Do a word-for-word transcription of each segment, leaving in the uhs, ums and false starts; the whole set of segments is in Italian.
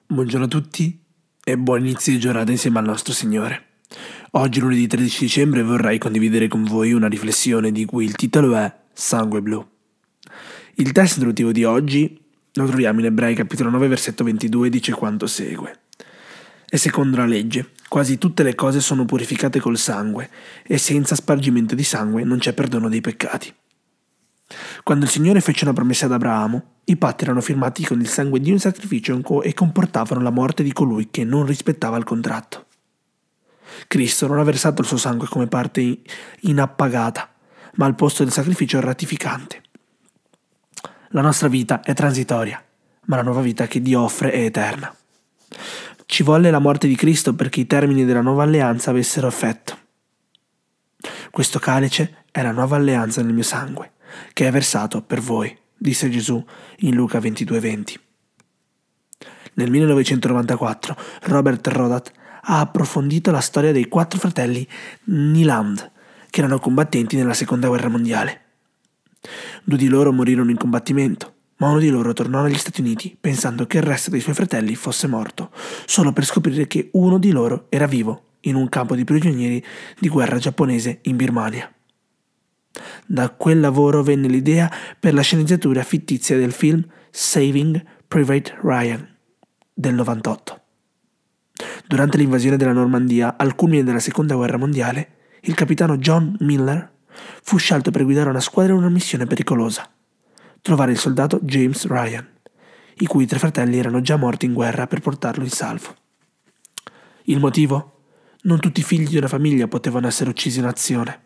Buongiorno a tutti e buon inizio di giornata insieme al nostro Signore. Oggi, lunedì tredici dicembre, vorrei condividere con voi una riflessione di cui il titolo è Sangue blu. Il testo introduttivo di oggi lo troviamo in Ebrei capitolo nove versetto ventidue e dice quanto segue. E secondo la legge, quasi tutte le cose sono purificate col sangue, e senza spargimento di sangue non c'è perdono dei peccati. Quando il Signore fece una promessa ad Abramo, i patti erano firmati con il sangue di un sacrificio e comportavano la morte di colui che non rispettava il contratto. Cristo non ha versato il suo sangue come parte inappagata, ma al posto del sacrificio ratificante. La nostra vita è transitoria, ma la nuova vita che Dio offre è eterna. Ci volle la morte di Cristo perché i termini della nuova alleanza avessero effetto. Questo calice è la nuova alleanza nel mio sangue, che è versato per voi, disse Gesù in Luca ventidue venti. Nel millenovecentonovantaquattro Robert Rodat ha approfondito la storia dei quattro fratelli Nyland, che erano combattenti nella seconda guerra mondiale. Due di loro morirono in combattimento, ma uno di loro tornò negli Stati Uniti pensando che il resto dei suoi fratelli fosse morto, solo per scoprire che uno di loro era vivo in un campo di prigionieri di guerra giapponese in Birmania. Da quel lavoro venne l'idea per la sceneggiatura fittizia del film Saving Private Ryan del novantotto. Durante l'invasione della Normandia, al culmine della seconda guerra mondiale, il capitano John Miller fu scelto per guidare una squadra in una missione pericolosa: trovare il soldato James Ryan, i cui tre fratelli erano già morti in guerra, per portarlo in salvo. Il motivo? Non tutti i figli di una famiglia potevano essere uccisi in azione.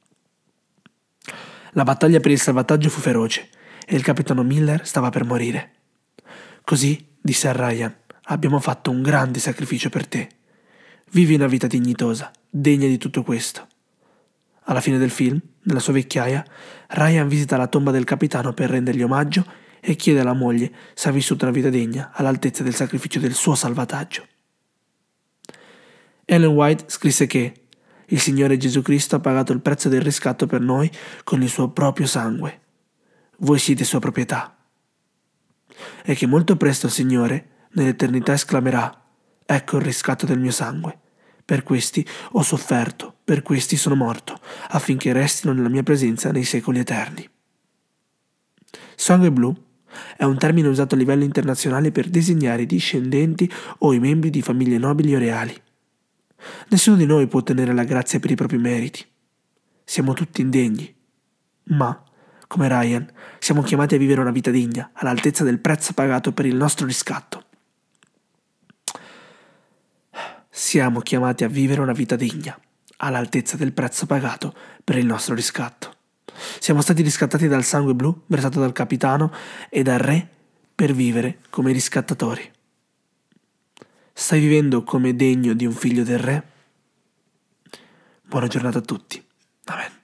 La battaglia per il salvataggio fu feroce e il capitano Miller stava per morire. Così disse a Ryan: abbiamo fatto un grande sacrificio per te. Vivi una vita dignitosa, degna di tutto questo. Alla fine del film, nella sua vecchiaia, Ryan visita la tomba del capitano per rendergli omaggio e chiede alla moglie se ha vissuto una vita degna all'altezza del sacrificio del suo salvataggio. Ellen White scrisse che il Signore Gesù Cristo ha pagato il prezzo del riscatto per noi con il suo proprio sangue. Voi siete sua proprietà. E che molto presto il Signore, nell'eternità, esclamerà: ecco il riscatto del mio sangue. Per questi ho sofferto, per questi sono morto, affinché restino nella mia presenza nei secoli eterni. Sangue blu è un termine usato a livello internazionale per designare i discendenti o i membri di famiglie nobili o reali. Nessuno di noi può ottenere la grazia per i propri meriti. Siamo tutti indegni. Ma, come Ryan, siamo chiamati a vivere una vita degna, all'altezza del prezzo pagato per il nostro riscatto. Siamo chiamati a vivere una vita degna, all'altezza del prezzo pagato per il nostro riscatto. Siamo stati riscattati dal sangue blu versato dal capitano e dal re per vivere come riscattatori. Stai vivendo come degno di un figlio del re? Buona giornata a tutti. Amen.